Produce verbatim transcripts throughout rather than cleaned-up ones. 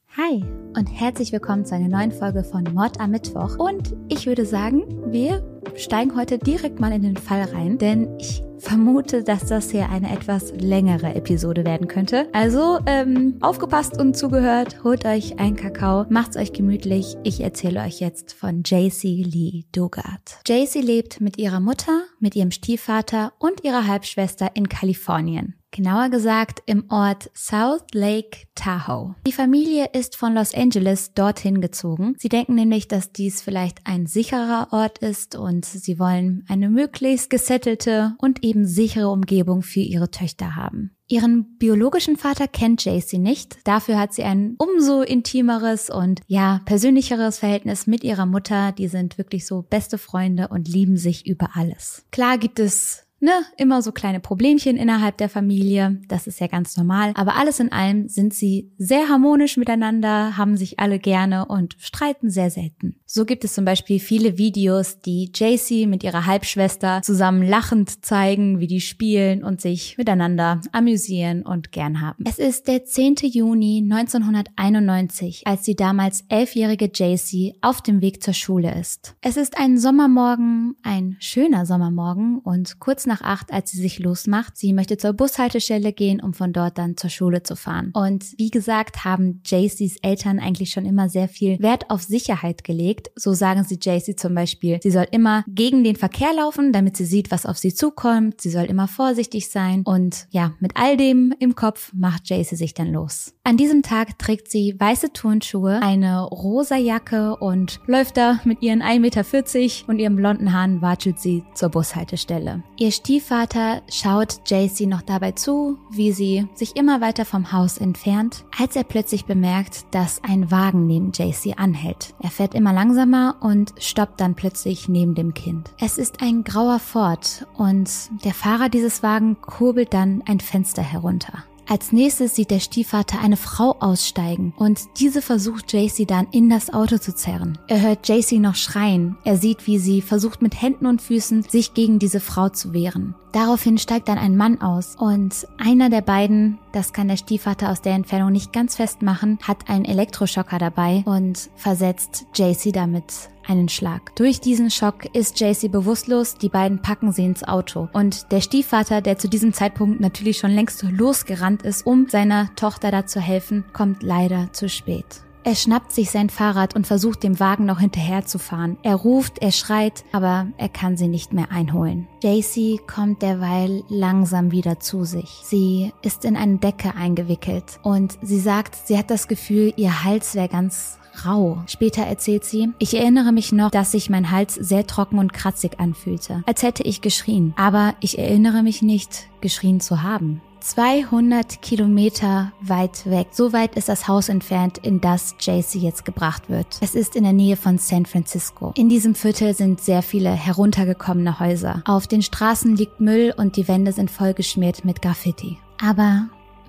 Hi und herzlich willkommen zu einer neuen Folge von Mord am Mittwoch. Und ich würde sagen, wir steigen heute direkt mal in den Fall rein, denn ich vermute, dass das hier eine etwas längere Episode werden könnte. Also ähm, aufgepasst und zugehört, holt euch einen Kakao, macht's euch gemütlich. Ich erzähle euch jetzt von Jaycee Lee Dugard. Jaycee lebt mit ihrer Mutter, mit ihrem Stiefvater und ihrer Halbschwester in Kalifornien. Genauer gesagt im Ort South Lake Tahoe. Die Familie ist von Los Angeles dorthin gezogen. Sie denken nämlich, dass dies vielleicht ein sicherer Ort ist und sie wollen eine möglichst gesettelte und eben sichere Umgebung für ihre Töchter haben. Ihren biologischen Vater kennt Jaycee nicht. Dafür hat sie ein umso intimeres und ja, persönlicheres Verhältnis mit ihrer Mutter. Die sind wirklich so beste Freunde und lieben sich über alles. Klar gibt es Ne, immer so kleine Problemchen innerhalb der Familie, das ist ja ganz normal, aber alles in allem sind sie sehr harmonisch miteinander, haben sich alle gerne und streiten sehr selten. So gibt es zum Beispiel viele Videos, die Jaycee mit ihrer Halbschwester zusammen lachend zeigen, wie die spielen und sich miteinander amüsieren und gern haben. Es ist der zehnte Juni neunzehnhunderteinundneunzig, als die damals elfjährige Jaycee auf dem Weg zur Schule ist. Es ist ein Sommermorgen, ein schöner Sommermorgen und kurz nach acht, als sie sich losmacht. Sie möchte zur Bushaltestelle gehen, um von dort dann zur Schule zu fahren. Und wie gesagt, haben Jaycees Eltern eigentlich schon immer sehr viel Wert auf Sicherheit gelegt. So sagen sie Jaycee zum Beispiel, sie soll immer gegen den Verkehr laufen, damit sie sieht, was auf sie zukommt. Sie soll immer vorsichtig sein. Und ja, mit all dem im Kopf macht Jaycee sich dann los. An diesem Tag trägt sie weiße Turnschuhe, eine rosa Jacke und läuft da mit ihren ein Meter vierzig und ihren blonden Haaren watschelt sie zur Bushaltestelle. Ihr Stiefvater schaut Jaycee noch dabei zu, wie sie sich immer weiter vom Haus entfernt, als er plötzlich bemerkt, dass ein Wagen neben Jaycee anhält. Er fährt immer langsamer und stoppt dann plötzlich neben dem Kind. Es ist ein grauer Ford und der Fahrer dieses Wagens kurbelt dann ein Fenster herunter. Als nächstes sieht der Stiefvater eine Frau aussteigen und diese versucht Jaycee dann in das Auto zu zerren. Er hört Jaycee noch schreien. Er sieht, wie sie versucht mit Händen und Füßen sich gegen diese Frau zu wehren. Daraufhin steigt dann ein Mann aus und einer der beiden, das kann der Stiefvater aus der Entfernung nicht ganz festmachen, hat einen Elektroschocker dabei und versetzt Jaycee damit einen Schlag. Durch diesen Schock ist Jaycee bewusstlos, die beiden packen sie ins Auto. Und der Stiefvater, der zu diesem Zeitpunkt natürlich schon längst losgerannt ist, um seiner Tochter da zu helfen, kommt leider zu spät. Er schnappt sich sein Fahrrad und versucht dem Wagen noch hinterherzufahren. Er ruft, er schreit, aber er kann sie nicht mehr einholen. Jaycee kommt derweil langsam wieder zu sich. Sie ist in eine Decke eingewickelt und sie sagt, sie hat das Gefühl, ihr Hals wäre ganz rau. Später erzählt sie, ich erinnere mich noch, dass sich mein Hals sehr trocken und kratzig anfühlte, als hätte ich geschrien. Aber ich erinnere mich nicht, geschrien zu haben. zweihundert Kilometer weit weg. So weit ist das Haus entfernt, in das Jaycee jetzt gebracht wird. Es ist in der Nähe von San Francisco. In diesem Viertel sind sehr viele heruntergekommene Häuser. Auf den Straßen liegt Müll und die Wände sind vollgeschmiert mit Graffiti. Aber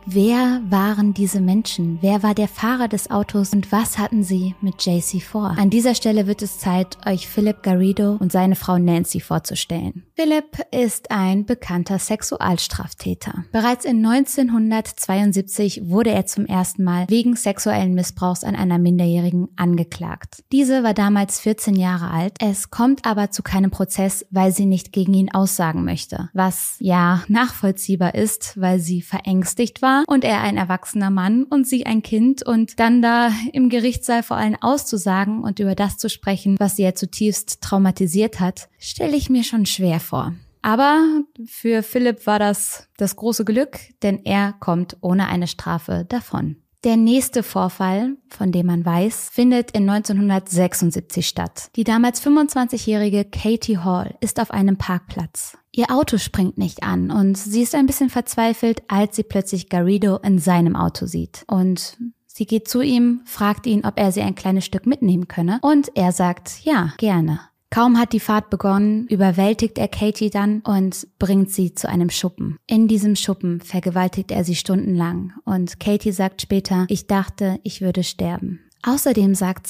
wer waren diese Menschen? Wer war der Fahrer des Autos und was hatten sie mit Jaycee vor? An dieser Stelle wird es Zeit, euch Philip Garrido und seine Frau Nancy vorzustellen. Philip ist ein bekannter Sexualstraftäter. Bereits in neunzehnhundertzweiundsiebzig wurde er zum ersten Mal wegen sexuellen Missbrauchs an einer Minderjährigen angeklagt. Diese war damals vierzehn Jahre alt. Es kommt aber zu keinem Prozess, weil sie nicht gegen ihn aussagen möchte. Was ja nachvollziehbar ist, weil sie verängstigt war und er ein erwachsener Mann und sie ein Kind und dann da im Gerichtssaal vor allem auszusagen und über das zu sprechen, was sie ja zutiefst traumatisiert hat, stelle ich mir schon schwer vor. Aber für Philipp war das das große Glück, denn er kommt ohne eine Strafe davon. Der nächste Vorfall, von dem man weiß, findet in neunzehnhundertsechsundsiebzig statt. Die damals fünfundzwanzigjährige Katie Hall ist auf einem Parkplatz. Ihr Auto springt nicht an und sie ist ein bisschen verzweifelt, als sie plötzlich Garrido in seinem Auto sieht. Und sie geht zu ihm, fragt ihn, ob er sie ein kleines Stück mitnehmen könne und er sagt, ja, gerne. Kaum hat die Fahrt begonnen, überwältigt er Katie dann und bringt sie zu einem Schuppen. In diesem Schuppen vergewaltigt er sie stundenlang und Katie sagt später, ich dachte, ich würde sterben. Außerdem sagt sie,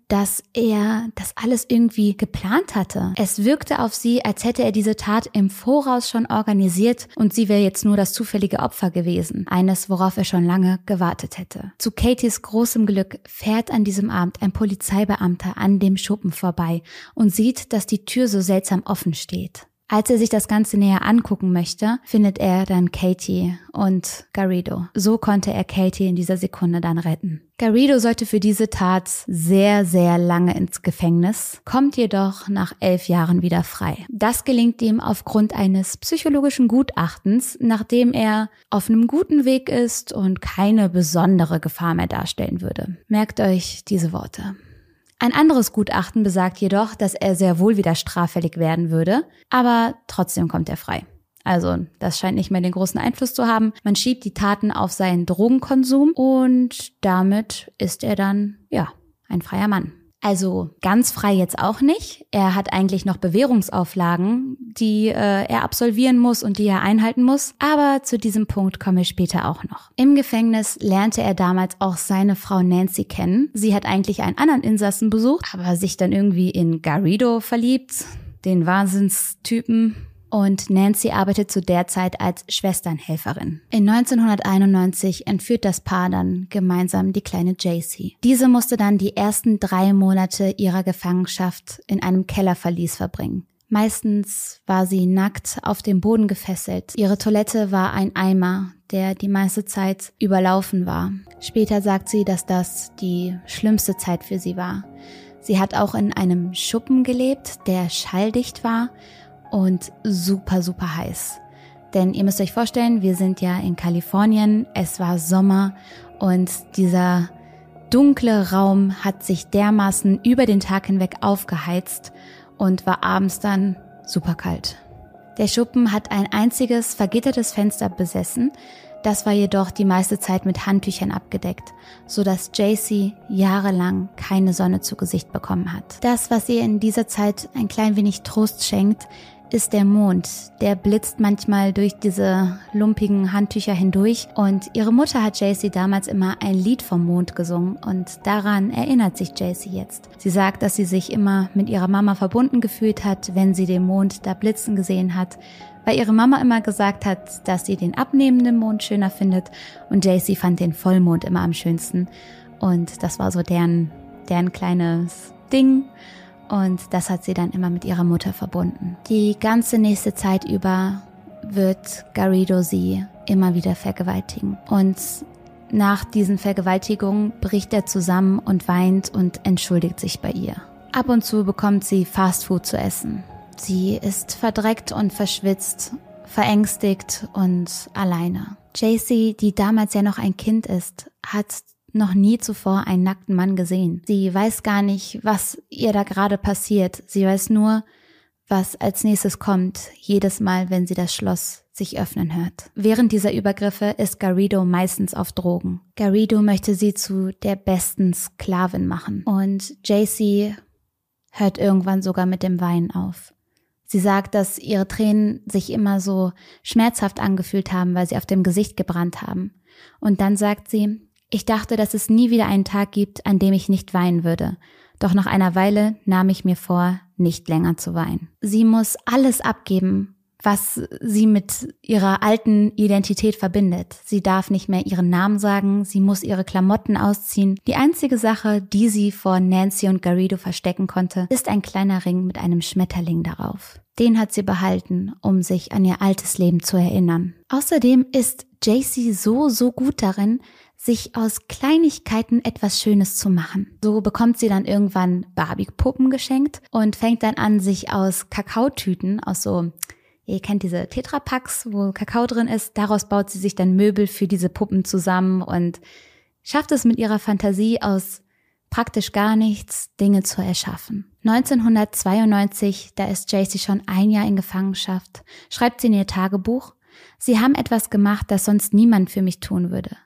dass er das alles irgendwie geplant hatte. Es wirkte auf sie, als hätte er diese Tat im Voraus schon organisiert und sie wäre jetzt nur das zufällige Opfer gewesen. Eines, worauf er schon lange gewartet hätte. Zu Katies großem Glück fährt an diesem Abend ein Polizeibeamter an dem Schuppen vorbei und sieht, dass die Tür so seltsam offen steht. Als er sich das Ganze näher angucken möchte, findet er dann Katie und Garrido. So konnte er Katie in dieser Sekunde dann retten. Garrido sollte für diese Tat sehr, sehr lange ins Gefängnis, kommt jedoch nach elf Jahren wieder frei. Das gelingt ihm aufgrund eines psychologischen Gutachtens, nachdem er auf einem guten Weg ist und keine besondere Gefahr mehr darstellen würde. Merkt euch diese Worte. Ein anderes Gutachten besagt jedoch, dass er sehr wohl wieder straffällig werden würde, aber trotzdem kommt er frei. Also das scheint nicht mehr den großen Einfluss zu haben. Man schiebt die Taten auf seinen Drogenkonsum und damit ist er dann, ja, ein freier Mann. Also ganz frei jetzt auch nicht. Er hat eigentlich noch Bewährungsauflagen, die äh, er absolvieren muss und die er einhalten muss. Aber zu diesem Punkt komme ich später auch noch. Im Gefängnis lernte er damals auch seine Frau Nancy kennen. Sie hat eigentlich einen anderen Insassen besucht, aber sich dann irgendwie in Garrido verliebt, den Wahnsinnstypen. Und Nancy arbeitet zu der Zeit als Schwesternhelferin. In neunzehnhunderteinundneunzig entführt das Paar dann gemeinsam die kleine Jaycee. Diese musste dann die ersten drei Monate ihrer Gefangenschaft in einem Kellerverlies verbringen. Meistens war sie nackt auf dem Boden gefesselt. Ihre Toilette war ein Eimer, der die meiste Zeit überlaufen war. Später sagt sie, dass das die schlimmste Zeit für sie war. Sie hat auch in einem Schuppen gelebt, der schalldicht war und super, super heiß. Denn ihr müsst euch vorstellen, wir sind ja in Kalifornien, es war Sommer und dieser dunkle Raum hat sich dermaßen über den Tag hinweg aufgeheizt und war abends dann super kalt. Der Schuppen hat ein einziges vergittertes Fenster besessen, das war jedoch die meiste Zeit mit Handtüchern abgedeckt, sodass Jaycee jahrelang keine Sonne zu Gesicht bekommen hat. Das, was ihr in dieser Zeit ein klein wenig Trost schenkt, ist der Mond. Der blitzt manchmal durch diese lumpigen Handtücher hindurch und ihre Mutter hat Jaycee damals immer ein Lied vom Mond gesungen und daran erinnert sich Jaycee jetzt. Sie sagt, dass sie sich immer mit ihrer Mama verbunden gefühlt hat, wenn sie den Mond da blitzen gesehen hat, weil ihre Mama immer gesagt hat, dass sie den abnehmenden Mond schöner findet und Jaycee fand den Vollmond immer am schönsten und das war so deren, deren kleines Ding. Und das hat sie dann immer mit ihrer Mutter verbunden. Die ganze nächste Zeit über wird Garrido sie immer wieder vergewaltigen. Und nach diesen Vergewaltigungen bricht er zusammen und weint und entschuldigt sich bei ihr. Ab und zu bekommt sie Fastfood zu essen. Sie ist verdreckt und verschwitzt, verängstigt und alleine. Jaycee, die damals ja noch ein Kind ist, hat noch nie zuvor einen nackten Mann gesehen. Sie weiß gar nicht, was ihr da gerade passiert. Sie weiß nur, was als nächstes kommt, jedes Mal, wenn sie das Schloss sich öffnen hört. Während dieser Übergriffe ist Garrido meistens auf Drogen. Garrido möchte sie zu der besten Sklavin machen. Und Jaycee hört irgendwann sogar mit dem Weinen auf. Sie sagt, dass ihre Tränen sich immer so schmerzhaft angefühlt haben, weil sie auf dem Gesicht gebrannt haben. Und dann sagt sie: Ich dachte, dass es nie wieder einen Tag gibt, an dem ich nicht weinen würde. Doch nach einer Weile nahm ich mir vor, nicht länger zu weinen. Sie muss alles abgeben, was sie mit ihrer alten Identität verbindet. Sie darf nicht mehr ihren Namen sagen, sie muss ihre Klamotten ausziehen. Die einzige Sache, die sie vor Nancy und Garrido verstecken konnte, ist ein kleiner Ring mit einem Schmetterling darauf. Den hat sie behalten, um sich an ihr altes Leben zu erinnern. Außerdem ist Jaycee so, so gut darin, sich aus Kleinigkeiten etwas Schönes zu machen. So bekommt sie dann irgendwann Barbie-Puppen geschenkt und fängt dann an, sich aus Kakaotüten, aus so, ihr kennt diese Tetrapacks, wo Kakao drin ist, daraus baut sie sich dann Möbel für diese Puppen zusammen und schafft es mit ihrer Fantasie aus praktisch gar nichts, Dinge zu erschaffen. neunzehnhundertzweiundneunzig, da ist Jaycee schon ein Jahr in Gefangenschaft, schreibt sie in ihr Tagebuch: Sie haben etwas gemacht, das sonst niemand für mich tun würde.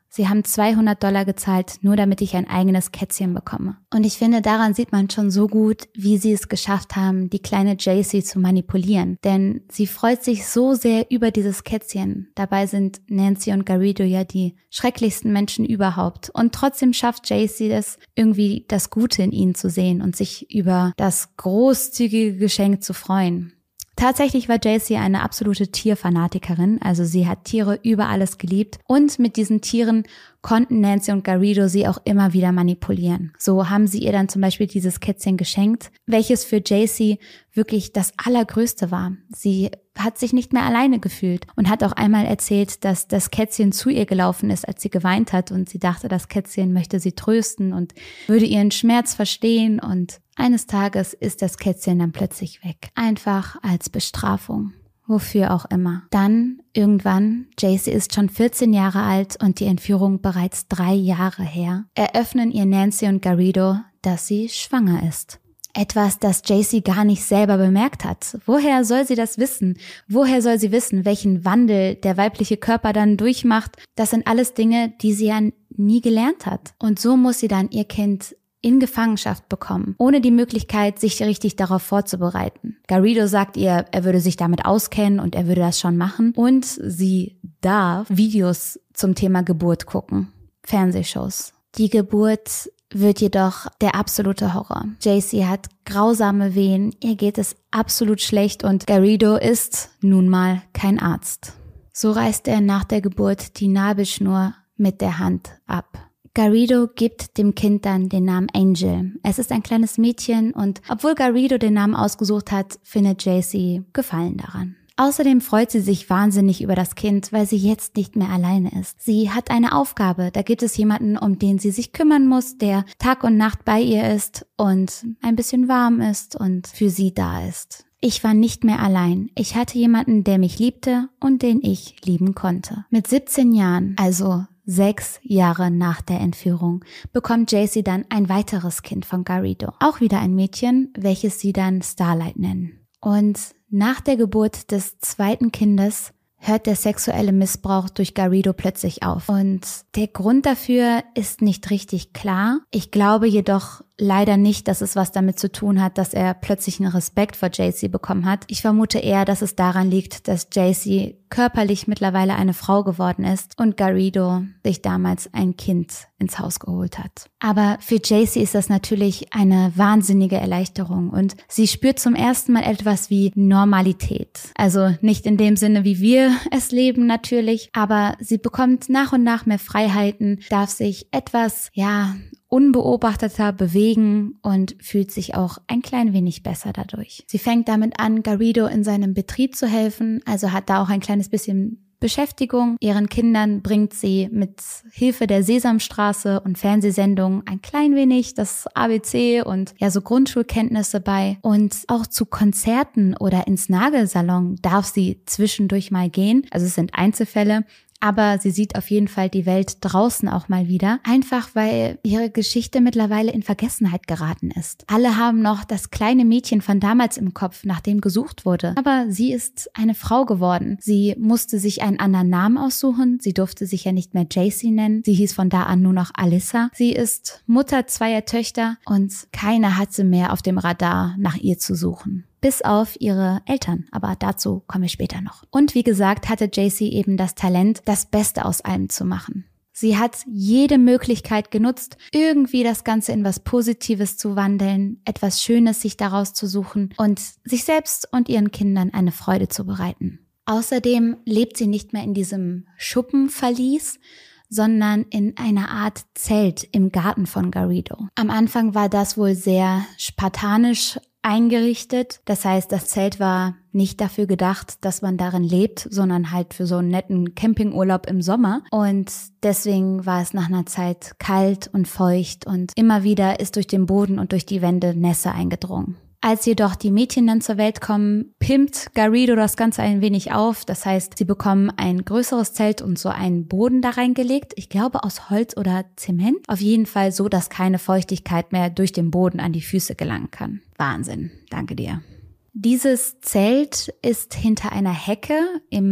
Sie haben zweihundert Dollar gezahlt, nur damit ich ein eigenes Kätzchen bekomme. Und ich finde, daran sieht man schon so gut, wie sie es geschafft haben, die kleine Jaycee zu manipulieren. Denn sie freut sich so sehr über dieses Kätzchen. Dabei sind Nancy und Garrido ja die schrecklichsten Menschen überhaupt. Und trotzdem schafft Jaycee es, irgendwie das Gute in ihnen zu sehen und sich über das großzügige Geschenk zu freuen. Tatsächlich war Jaycee eine absolute Tierfanatikerin, also sie hat Tiere über alles geliebt und mit diesen Tieren konnten Nancy und Garrido sie auch immer wieder manipulieren. So haben sie ihr dann zum Beispiel dieses Kätzchen geschenkt, welches für Jaycee wirklich das Allergrößte war. Sie hat sich nicht mehr alleine gefühlt und hat auch einmal erzählt, dass das Kätzchen zu ihr gelaufen ist, als sie geweint hat und sie dachte, das Kätzchen möchte sie trösten und würde ihren Schmerz verstehen und eines Tages ist das Kätzchen dann plötzlich weg. Einfach als Bestrafung. Wofür auch immer. Dann, irgendwann, Jaycee ist schon vierzehn Jahre alt und die Entführung bereits drei Jahre her, eröffnen ihr Nancy und Garrido, dass sie schwanger ist. Etwas, das Jaycee gar nicht selber bemerkt hat. Woher soll sie das wissen? Woher soll sie wissen, welchen Wandel der weibliche Körper dann durchmacht? Das sind alles Dinge, die sie ja nie gelernt hat. Und so muss sie dann ihr Kind in Gefangenschaft bekommen, ohne die Möglichkeit, sich richtig darauf vorzubereiten. Garrido sagt ihr, er würde sich damit auskennen und er würde das schon machen. Und sie darf Videos zum Thema Geburt gucken, Fernsehshows. Die Geburt wird jedoch der absolute Horror. Jaycee hat grausame Wehen, ihr geht es absolut schlecht und Garrido ist nun mal kein Arzt. So reißt er nach der Geburt die Nabelschnur mit der Hand ab. Garrido gibt dem Kind dann den Namen Angel. Es ist ein kleines Mädchen und obwohl Garrido den Namen ausgesucht hat, findet Jaycee Gefallen daran. Außerdem freut sie sich wahnsinnig über das Kind, weil sie jetzt nicht mehr alleine ist. Sie hat eine Aufgabe, da gibt es jemanden, um den sie sich kümmern muss, der Tag und Nacht bei ihr ist und ein bisschen warm ist und für sie da ist. Ich war nicht mehr allein. Ich hatte jemanden, der mich liebte und den ich lieben konnte. Mit siebzehn Jahren, also Sechs Jahre nach der Entführung, bekommt Jaycee dann ein weiteres Kind von Garrido. Auch wieder ein Mädchen, welches sie dann Starlight nennen. Und nach der Geburt des zweiten Kindes hört der sexuelle Missbrauch durch Garrido plötzlich auf. Und der Grund dafür ist nicht richtig klar. Ich glaube jedoch leider nicht, dass es was damit zu tun hat, dass er plötzlich einen Respekt vor Jaycee bekommen hat. Ich vermute eher, dass es daran liegt, dass Jaycee körperlich mittlerweile eine Frau geworden ist und Garrido sich damals ein Kind ins Haus geholt hat. Aber für Jaycee ist das natürlich eine wahnsinnige Erleichterung und sie spürt zum ersten Mal etwas wie Normalität. Also nicht in dem Sinne, wie wir es leben natürlich, aber sie bekommt nach und nach mehr Freiheiten, darf sich etwas, ja, unbeobachteter bewegen und fühlt sich auch ein klein wenig besser dadurch. Sie fängt damit an, Garrido in seinem Betrieb zu helfen, also hat da auch ein kleines bisschen Beschäftigung. Ihren Kindern bringt sie mit Hilfe der Sesamstraße und Fernsehsendungen ein klein wenig das A B C und ja so Grundschulkenntnisse bei. Und auch zu Konzerten oder ins Nagelsalon darf sie zwischendurch mal gehen. Also es sind Einzelfälle. Aber sie sieht auf jeden Fall die Welt draußen auch mal wieder, einfach weil ihre Geschichte mittlerweile in Vergessenheit geraten ist. Alle haben noch das kleine Mädchen von damals im Kopf, nach dem gesucht wurde. Aber sie ist eine Frau geworden. Sie musste sich einen anderen Namen aussuchen. Sie durfte sich ja nicht mehr Jaycee nennen. Sie hieß von da an nur noch Alyssa. Sie ist Mutter zweier Töchter und keiner hatte mehr auf dem Radar, nach ihr zu suchen. Bis auf ihre Eltern, aber dazu komme ich später noch. Und wie gesagt, hatte Jaycee eben das Talent, das Beste aus allem zu machen. Sie hat jede Möglichkeit genutzt, irgendwie das Ganze in was Positives zu wandeln, etwas Schönes sich daraus zu suchen und sich selbst und ihren Kindern eine Freude zu bereiten. Außerdem lebt sie nicht mehr in diesem Schuppenverlies, sondern in einer Art Zelt im Garten von Garrido. Am Anfang war das wohl sehr spartanisch eingerichtet. Das heißt, das Zelt war nicht dafür gedacht, dass man darin lebt, sondern halt für so einen netten Campingurlaub im Sommer. Und deswegen war es nach einer Zeit kalt und feucht und immer wieder ist durch den Boden und durch die Wände Nässe eingedrungen. Als jedoch die Mädchen dann zur Welt kommen, pimpt Garrido das Ganze ein wenig auf. Das heißt, sie bekommen ein größeres Zelt und so einen Boden da reingelegt. Ich glaube aus Holz oder Zement. Auf jeden Fall so, dass keine Feuchtigkeit mehr durch den Boden an die Füße gelangen kann. Wahnsinn, danke dir. Dieses Zelt ist hinter einer Hecke im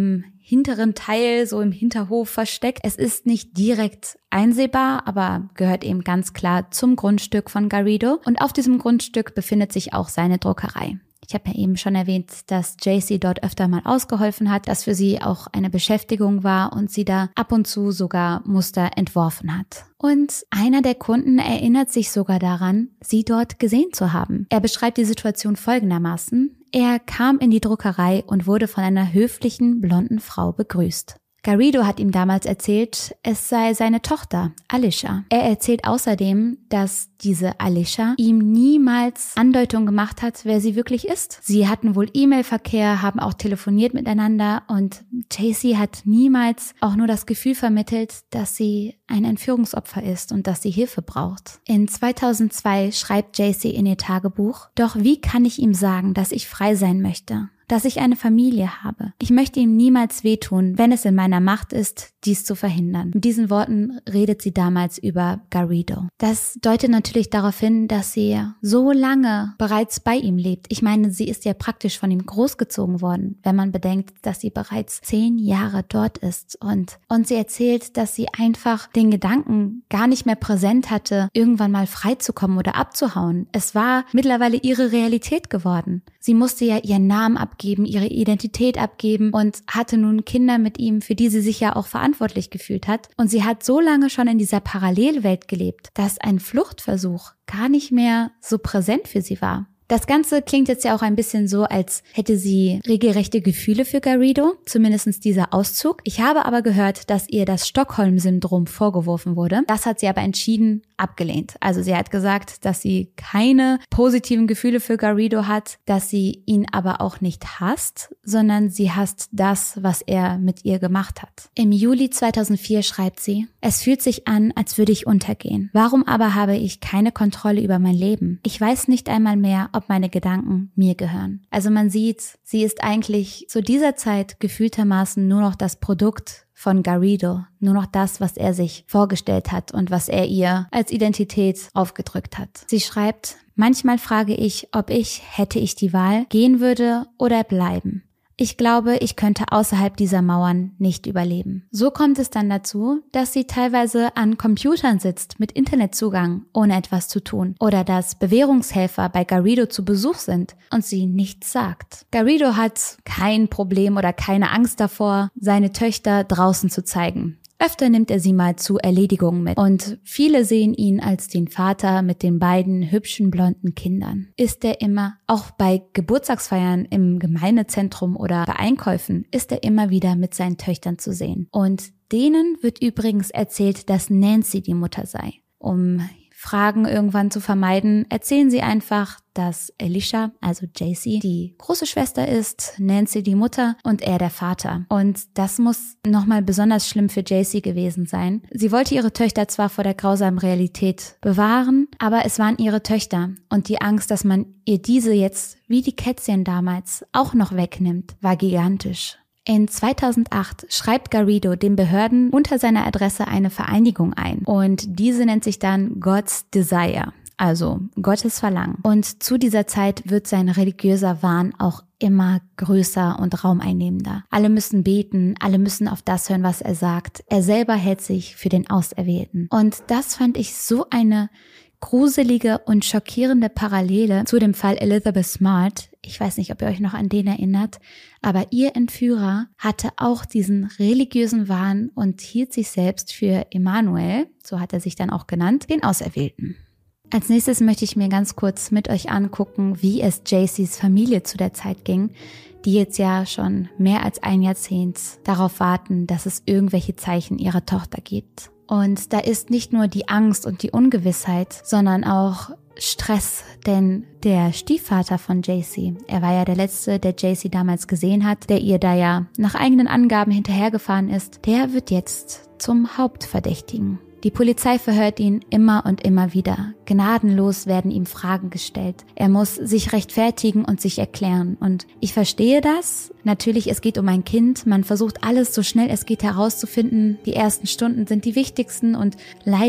hinteren Teil, so im Hinterhof versteckt. Es ist nicht direkt einsehbar, aber gehört eben ganz klar zum Grundstück von Garrido. Und auf diesem Grundstück befindet sich auch seine Druckerei. Ich habe ja eben schon erwähnt, dass Jaycee dort öfter mal ausgeholfen hat, dass für sie auch eine Beschäftigung war und sie da ab und zu sogar Muster entworfen hat. Und einer der Kunden erinnert sich sogar daran, sie dort gesehen zu haben. Er beschreibt die Situation folgendermaßen. Er kam in die Druckerei und wurde von einer höflichen, blonden Frau begrüßt. Garrido hat ihm damals erzählt, es sei seine Tochter, Alicia. Er erzählt außerdem, dass diese Alicia ihm niemals Andeutung gemacht hat, wer sie wirklich ist. Sie hatten wohl E-Mail-Verkehr, haben auch telefoniert miteinander und Jaycee hat niemals auch nur das Gefühl vermittelt, dass sie ein Entführungsopfer ist und dass sie Hilfe braucht. In zweitausendzwei schreibt Jaycee in ihr Tagebuch, doch wie kann ich ihm sagen, dass ich frei sein möchte? Dass ich eine Familie habe. Ich möchte ihm niemals wehtun, wenn es in meiner Macht ist, dies zu verhindern. Mit diesen Worten redet sie damals über Garrido. Das deutet natürlich darauf hin, dass sie so lange bereits bei ihm lebt. Ich meine, sie ist ja praktisch von ihm großgezogen worden, wenn man bedenkt, dass sie bereits zehn Jahre dort ist. Und, und sie erzählt, dass sie einfach den Gedanken gar nicht mehr präsent hatte, irgendwann mal freizukommen oder abzuhauen. Es war mittlerweile ihre Realität geworden. Sie musste ja ihren Namen abgeben, ihre Identität abgeben und hatte nun Kinder mit ihm, für die sie sich ja auch verantwortlich gefühlt hat. Und sie hat so lange schon in dieser Parallelwelt gelebt, dass ein Fluchtversuch gar nicht mehr so präsent für sie war. Das Ganze klingt jetzt ja auch ein bisschen so, als hätte sie regelrechte Gefühle für Garrido, zumindest dieser Auszug. Ich habe aber gehört, dass ihr das Stockholm-Syndrom vorgeworfen wurde. Das hat sie aber entschieden abgelehnt. Also sie hat gesagt, dass sie keine positiven Gefühle für Garrido hat, dass sie ihn aber auch nicht hasst, sondern sie hasst das, was er mit ihr gemacht hat. Im Juli zweitausendvier schreibt sie, es fühlt sich an, als würde ich untergehen. Warum aber habe ich keine Kontrolle über mein Leben? Ich weiß nicht einmal mehr, ob meine Gedanken mir gehören. Also man sieht, sie ist eigentlich zu dieser Zeit gefühltermaßen nur noch das Produkt von Garrido, nur noch das, was er sich vorgestellt hat und was er ihr als Identität aufgedrückt hat. Sie schreibt, manchmal frage ich, ob ich, hätte ich die Wahl, gehen würde oder bleiben. Ich glaube, ich könnte außerhalb dieser Mauern nicht überleben. So kommt es dann dazu, dass sie teilweise an Computern sitzt mit Internetzugang, ohne etwas zu tun. Oder dass Bewährungshelfer bei Garrido zu Besuch sind und sie nichts sagt. Garrido hat kein Problem oder keine Angst davor, seine Töchter draußen zu zeigen. Öfter nimmt er sie mal zu Erledigungen mit und viele sehen ihn als den Vater mit den beiden hübschen blonden Kindern. Ist er immer, auch bei Geburtstagsfeiern im Gemeindezentrum oder bei Einkäufen, ist er immer wieder mit seinen Töchtern zu sehen. Und denen wird übrigens erzählt, dass Nancy die Mutter sei. Um Fragen irgendwann zu vermeiden, erzählen sie einfach, dass Alicia, also Jaycee, die große Schwester ist, Nancy die Mutter und er der Vater. Und das muss nochmal besonders schlimm für Jaycee gewesen sein. Sie wollte ihre Töchter zwar vor der grausamen Realität bewahren, aber es waren ihre Töchter. Und die Angst, dass man ihr diese jetzt, wie die Kätzchen damals, auch noch wegnimmt, war gigantisch. In zweitausendacht schreibt Garrido den Behörden unter seiner Adresse eine Vereinigung ein und diese nennt sich dann God's Desire, also Gottes Verlangen. Und zu dieser Zeit wird sein religiöser Wahn auch immer größer und raumeinnehmender. Alle müssen beten, alle müssen auf das hören, was er sagt. Er selber hält sich für den Auserwählten. Und das fand ich so eine gruselige und schockierende Parallele zu dem Fall Elizabeth Smart. Ich weiß nicht, ob ihr euch noch an den erinnert, aber ihr Entführer hatte auch diesen religiösen Wahn und hielt sich selbst für Emmanuel, so hat er sich dann auch genannt, den Auserwählten. Als nächstes möchte ich mir ganz kurz mit euch angucken, wie es Jaycees Familie zu der Zeit ging, die jetzt ja schon mehr als ein Jahrzehnt darauf warten, dass es irgendwelche Zeichen ihrer Tochter gibt. Und da ist nicht nur die Angst und die Ungewissheit, sondern auch Stress, denn der Stiefvater von Jaycee, er war ja der Letzte, der Jaycee damals gesehen hat, der ihr da ja nach eigenen Angaben hinterhergefahren ist, der wird jetzt zum Hauptverdächtigen. Die Polizei verhört ihn immer und immer wieder. Gnadenlos werden ihm Fragen gestellt. Er muss sich rechtfertigen und sich erklären. Und ich verstehe das. Natürlich, es geht um ein Kind. Man versucht alles so schnell es geht herauszufinden. Die ersten Stunden sind die wichtigsten und leider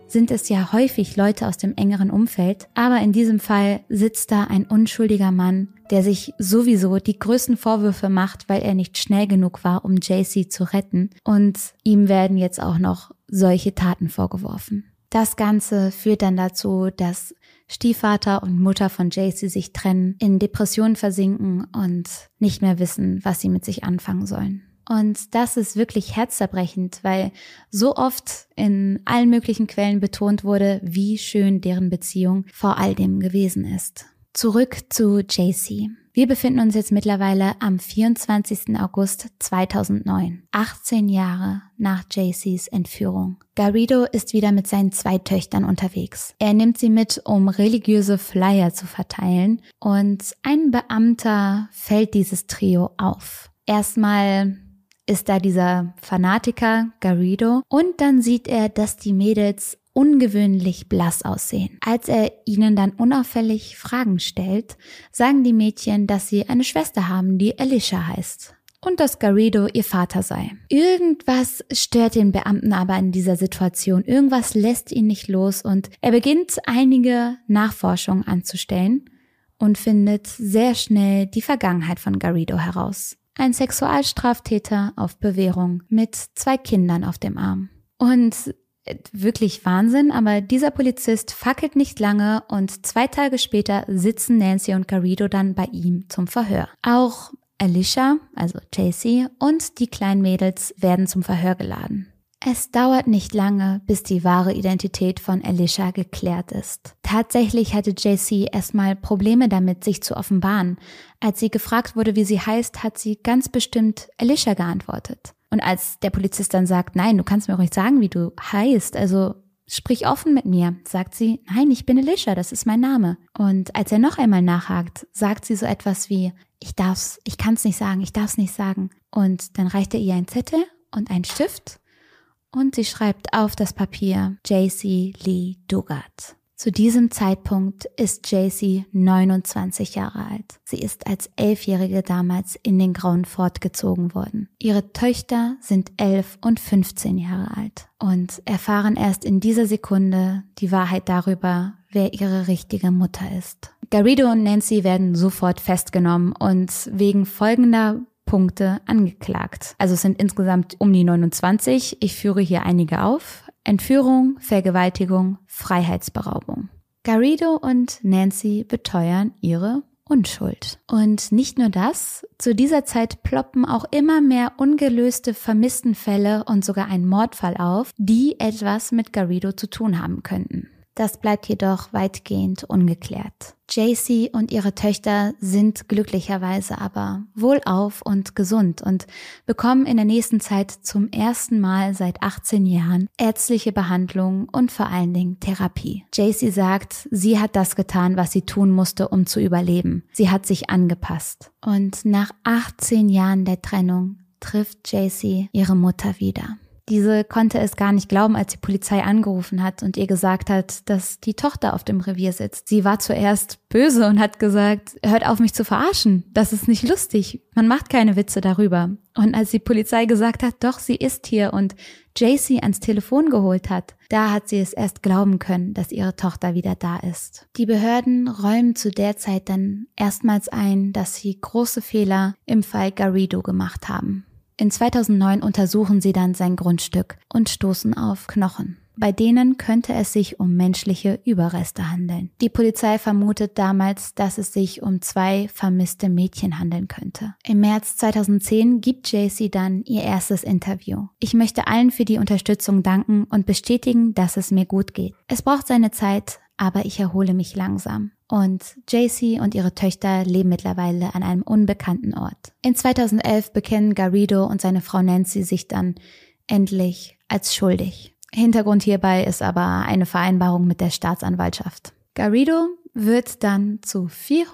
sind es ja häufig Leute aus dem engeren Umfeld, aber in diesem Fall sitzt da ein unschuldiger Mann, der sich sowieso die größten Vorwürfe macht, weil er nicht schnell genug war, um Jaycee zu retten, und ihm werden jetzt auch noch solche Taten vorgeworfen. Das Ganze führt dann dazu, dass Stiefvater und Mutter von Jaycee sich trennen, in Depressionen versinken und nicht mehr wissen, was sie mit sich anfangen sollen. Und das ist wirklich herzzerbrechend, weil so oft in allen möglichen Quellen betont wurde, wie schön deren Beziehung vor all dem gewesen ist. Zurück zu Jaycee. Wir befinden uns jetzt mittlerweile am vierundzwanzigsten August zweitausendneun, achtzehn Jahre nach Jaycees Entführung. Garrido ist wieder mit seinen zwei Töchtern unterwegs. Er nimmt sie mit, um religiöse Flyer zu verteilen, und ein Beamter fällt dieses Trio auf. Erstmal ist da dieser Fanatiker Garrido und dann sieht er, dass die Mädels ungewöhnlich blass aussehen. Als er ihnen dann unauffällig Fragen stellt, sagen die Mädchen, dass sie eine Schwester haben, die Alicia heißt, und dass Garrido ihr Vater sei. Irgendwas stört den Beamten aber in dieser Situation. Irgendwas lässt ihn nicht los und er beginnt einige Nachforschungen anzustellen und findet sehr schnell die Vergangenheit von Garrido heraus. Ein Sexualstraftäter auf Bewährung mit zwei Kindern auf dem Arm. Und wirklich Wahnsinn, aber dieser Polizist fackelt nicht lange und zwei Tage später sitzen Nancy und Garrido dann bei ihm zum Verhör. Auch Alicia, also Jaycee, und die kleinen Mädels werden zum Verhör geladen. Es dauert nicht lange, bis die wahre Identität von Alicia geklärt ist. Tatsächlich hatte Jaycee erstmal Probleme damit, sich zu offenbaren. Als sie gefragt wurde, wie sie heißt, hat sie ganz bestimmt Alicia geantwortet. Und als der Polizist dann sagt, nein, du kannst mir auch nicht sagen, wie du heißt, also sprich offen mit mir, sagt sie, nein, ich bin Alicia, das ist mein Name. Und als er noch einmal nachhakt, sagt sie so etwas wie, ich darf's, ich kann's nicht sagen, ich darf's nicht sagen. Und dann reicht er ihr einen Zettel und einen Stift und sie schreibt auf das Papier Jaycee Lee Dugard. Zu diesem Zeitpunkt ist Jaycee neunundzwanzig Jahre alt. Sie ist als Elfjährige damals in den Grauen fortgezogen worden. Ihre Töchter sind elf und fünfzehn Jahre alt und erfahren erst in dieser Sekunde die Wahrheit darüber, wer ihre richtige Mutter ist. Garrido und Nancy werden sofort festgenommen und wegen folgender Punkte angeklagt. Also es sind insgesamt um die neunundzwanzig. Ich führe hier einige auf. Entführung, Vergewaltigung, Freiheitsberaubung. Garrido und Nancy beteuern ihre Unschuld. Und nicht nur das, zu dieser Zeit ploppen auch immer mehr ungelöste Vermisstenfälle und sogar ein Mordfall auf, die etwas mit Garrido zu tun haben könnten. Das bleibt jedoch weitgehend ungeklärt. Jaycee und ihre Töchter sind glücklicherweise aber wohlauf und gesund und bekommen in der nächsten Zeit zum ersten Mal seit achtzehn Jahren ärztliche Behandlung und vor allen Dingen Therapie. Jaycee sagt, sie hat das getan, was sie tun musste, um zu überleben. Sie hat sich angepasst. Und nach achtzehn Jahren der Trennung trifft Jaycee ihre Mutter wieder. Diese konnte es gar nicht glauben, als die Polizei angerufen hat und ihr gesagt hat, dass die Tochter auf dem Revier sitzt. Sie war zuerst böse und hat gesagt, hört auf mich zu verarschen, das ist nicht lustig, man macht keine Witze darüber. Und als die Polizei gesagt hat, doch, sie ist hier und Jaycee ans Telefon geholt hat, da hat sie es erst glauben können, dass ihre Tochter wieder da ist. Die Behörden räumen zu der Zeit dann erstmals ein, dass sie große Fehler im Fall Garrido gemacht haben. In zweitausendneun untersuchen sie dann sein Grundstück und stoßen auf Knochen. Bei denen könnte es sich um menschliche Überreste handeln. Die Polizei vermutet damals, dass es sich um zwei vermisste Mädchen handeln könnte. Im März zweitausendzehn gibt Jaycee dann ihr erstes Interview. Ich möchte allen für die Unterstützung danken und bestätigen, dass es mir gut geht. Es braucht seine Zeit, aber ich erhole mich langsam. Und Jaycee und ihre Töchter leben mittlerweile an einem unbekannten Ort. In zweitausendelf bekennen Garrido und seine Frau Nancy sich dann endlich als schuldig. Hintergrund hierbei ist aber eine Vereinbarung mit der Staatsanwaltschaft. Garrido wird dann zu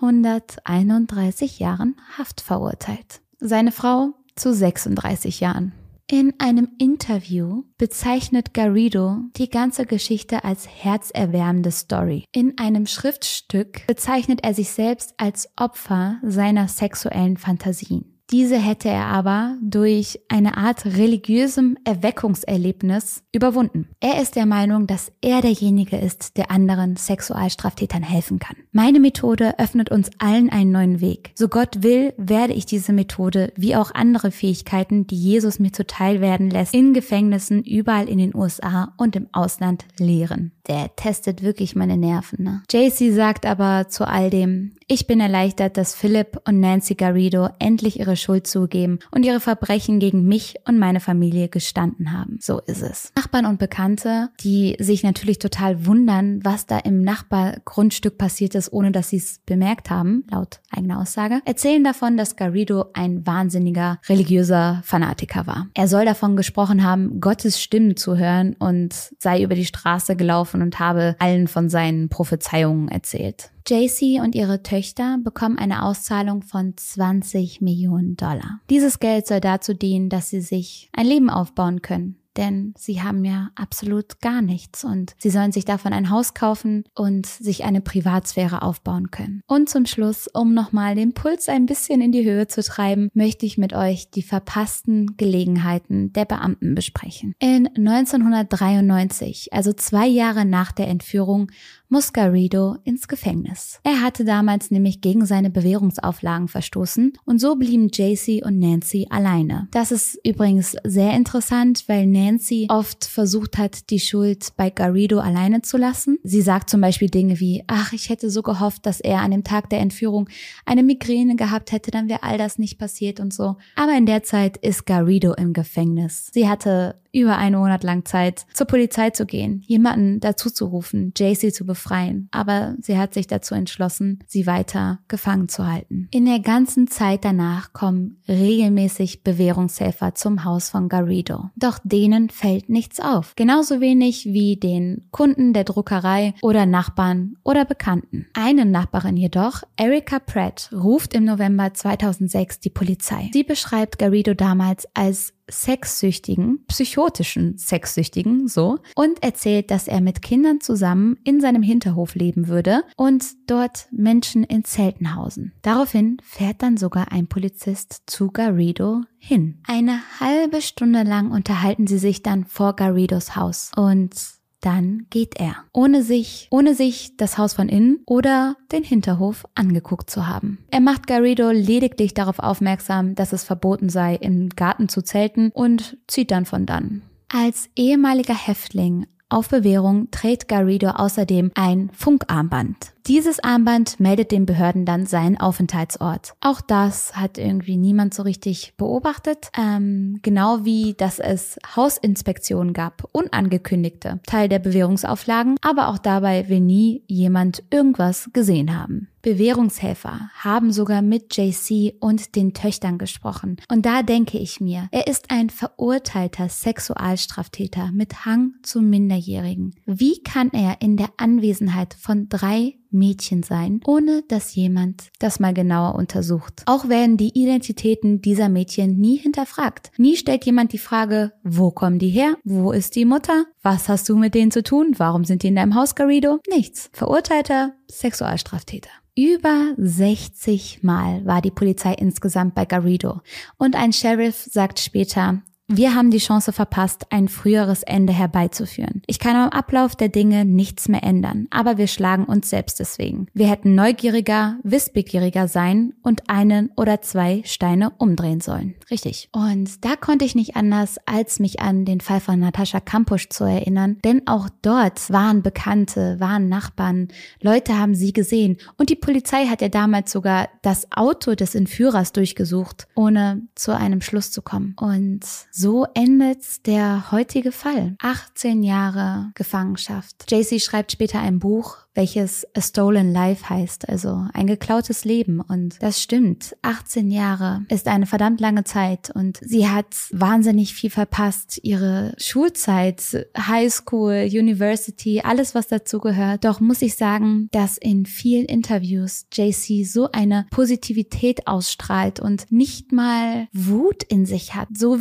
vierhunderteinunddreißig Jahren Haft verurteilt. Seine Frau zu sechsunddreißig Jahren. In einem Interview bezeichnet Garrido die ganze Geschichte als herzerwärmende Story. In einem Schriftstück bezeichnet er sich selbst als Opfer seiner sexuellen Fantasien. Diese hätte er aber durch eine Art religiösem Erweckungserlebnis überwunden. Er ist der Meinung, dass er derjenige ist, der anderen Sexualstraftätern helfen kann. Meine Methode öffnet uns allen einen neuen Weg. So Gott will, werde ich diese Methode, wie auch andere Fähigkeiten, die Jesus mir zuteil werden lässt, in Gefängnissen überall in den U S A und im Ausland lehren. Der testet wirklich meine Nerven, ne? J C sagt aber zu all dem: Ich bin erleichtert, dass Philip und Nancy Garrido endlich ihre Schuld zugeben und ihre Verbrechen gegen mich und meine Familie gestanden haben. So ist es. Nachbarn und Bekannte, die sich natürlich total wundern, was da im Nachbargrundstück passiert ist, ohne dass sie es bemerkt haben, laut eigener Aussage, erzählen davon, dass Garrido ein wahnsinniger religiöser Fanatiker war. Er soll davon gesprochen haben, Gottes Stimmen zu hören, und sei über die Straße gelaufen und habe allen von seinen Prophezeiungen erzählt. J C und ihre Töchter bekommen eine Auszahlung von zwanzig Millionen Dollar. Dieses Geld soll dazu dienen, dass sie sich ein Leben aufbauen können. Denn sie haben ja absolut gar nichts und sie sollen sich davon ein Haus kaufen und sich eine Privatsphäre aufbauen können. Und zum Schluss, um nochmal den Puls ein bisschen in die Höhe zu treiben, möchte ich mit euch die verpassten Gelegenheiten der Beamten besprechen. In neunzehnhundertdreiundneunzig, also zwei Jahre nach der Entführung, muss Garrido ins Gefängnis. Er hatte damals nämlich gegen seine Bewährungsauflagen verstoßen und so blieben J C und Nancy alleine. Das ist übrigens sehr interessant, weil Nancy oft versucht hat, die Schuld bei Garrido alleine zu lassen. Sie sagt zum Beispiel Dinge wie: Ach, ich hätte so gehofft, dass er an dem Tag der Entführung eine Migräne gehabt hätte, dann wäre all das nicht passiert und so. Aber in der Zeit ist Garrido im Gefängnis. Sie hatte über einen Monat lang Zeit, zur Polizei zu gehen, jemanden dazu zu rufen, J C zu befreien. Aber sie hat sich dazu entschlossen, sie weiter gefangen zu halten. In der ganzen Zeit danach kommen regelmäßig Bewährungshelfer zum Haus von Garrido. Doch denen fällt nichts auf. Genauso wenig wie den Kunden der Druckerei oder Nachbarn oder Bekannten. Eine Nachbarin jedoch, Erica Pratt, ruft im November zweitausendsechs die Polizei. Sie beschreibt Garrido damals als sexsüchtigen, psychotischen Sexsüchtigen, so, und erzählt, dass er mit Kindern zusammen in seinem Hinterhof leben würde und dort Menschen in Zelten hausen. Daraufhin fährt dann sogar ein Polizist zu Garrido hin. Eine halbe Stunde lang unterhalten sie sich dann vor Garridos Haus und dann geht er, ohne sich, ohne sich das Haus von innen oder den Hinterhof angeguckt zu haben. Er macht Garrido lediglich darauf aufmerksam, dass es verboten sei, im Garten zu zelten, und zieht dann von dann. Als ehemaliger Häftling auf Bewährung trägt Garrido außerdem ein Funkarmband. Dieses Armband meldet den Behörden dann seinen Aufenthaltsort. Auch das hat irgendwie niemand so richtig beobachtet. Ähm, genau wie, dass es Hausinspektionen gab, unangekündigte, Teil der Bewährungsauflagen, aber auch dabei will nie jemand irgendwas gesehen haben. Bewährungshelfer haben sogar mit J C und den Töchtern gesprochen. Und da denke ich mir, er ist ein verurteilter Sexualstraftäter mit Hang zu Minderjährigen. Wie kann er in der Anwesenheit von drei Mädchen sein, ohne dass jemand das mal genauer untersucht? Auch werden die Identitäten dieser Mädchen nie hinterfragt. Nie stellt jemand die Frage: Wo kommen die her? Wo ist die Mutter? Was hast du mit denen zu tun? Warum sind die in deinem Haus, Garrido? Nichts. Verurteilter Sexualstraftäter. Über sechzig Mal war die Polizei insgesamt bei Garrido und ein Sheriff sagt später: Wir haben die Chance verpasst, ein früheres Ende herbeizuführen. Ich kann am Ablauf der Dinge nichts mehr ändern, aber wir schlagen uns selbst deswegen. Wir hätten neugieriger, wissbegieriger sein und einen oder zwei Steine umdrehen sollen. Richtig. Und da konnte ich nicht anders, als mich an den Fall von Natascha Kampusch zu erinnern, denn auch dort waren Bekannte, waren Nachbarn, Leute haben sie gesehen und die Polizei hat ja damals sogar das Auto des Entführers durchgesucht, ohne zu einem Schluss zu kommen. Und so endet der heutige Fall. achtzehn Jahre Gefangenschaft. J C schreibt später ein Buch, welches A Stolen Life heißt, also ein geklautes Leben. Und das stimmt, achtzehn Jahre ist eine verdammt lange Zeit und sie hat wahnsinnig viel verpasst. Ihre Schulzeit, Highschool, University, alles was dazu gehört. Doch muss ich sagen, dass in vielen Interviews J C so eine Positivität ausstrahlt und nicht mal Wut in sich hat. So wie sie zum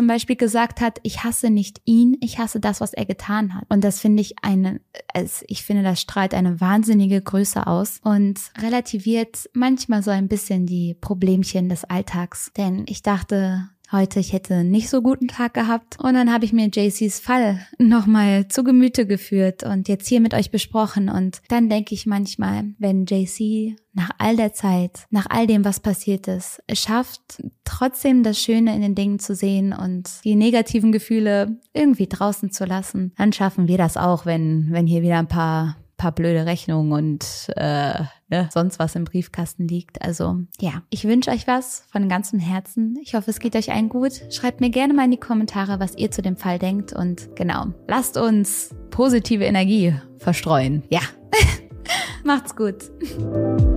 Beispiel gesagt hat, ich hasse nicht ihn, ich hasse das, was er getan hat. Und das finde ich eine, also ich finde, das strahlt eine wahnsinnige Größe aus und relativiert manchmal so ein bisschen die Problemchen des Alltags. Denn ich dachte heute, ich hätte nicht so guten Tag gehabt. Und dann habe ich mir J Cs Fall nochmal zu Gemüte geführt und jetzt hier mit euch besprochen. Und dann denke ich manchmal, wenn J C nach all der Zeit, nach all dem, was passiert ist, es schafft, trotzdem das Schöne in den Dingen zu sehen und die negativen Gefühle irgendwie draußen zu lassen, dann schaffen wir das auch, wenn, wenn hier wieder ein paar paar blöde Rechnungen und äh, ne, sonst was im Briefkasten liegt. Also ja, ich wünsche euch was von ganzem Herzen. Ich hoffe, es geht euch allen gut. Schreibt mir gerne mal in die Kommentare, was ihr zu dem Fall denkt. Und genau, lasst uns positive Energie verstreuen. Ja, macht's gut.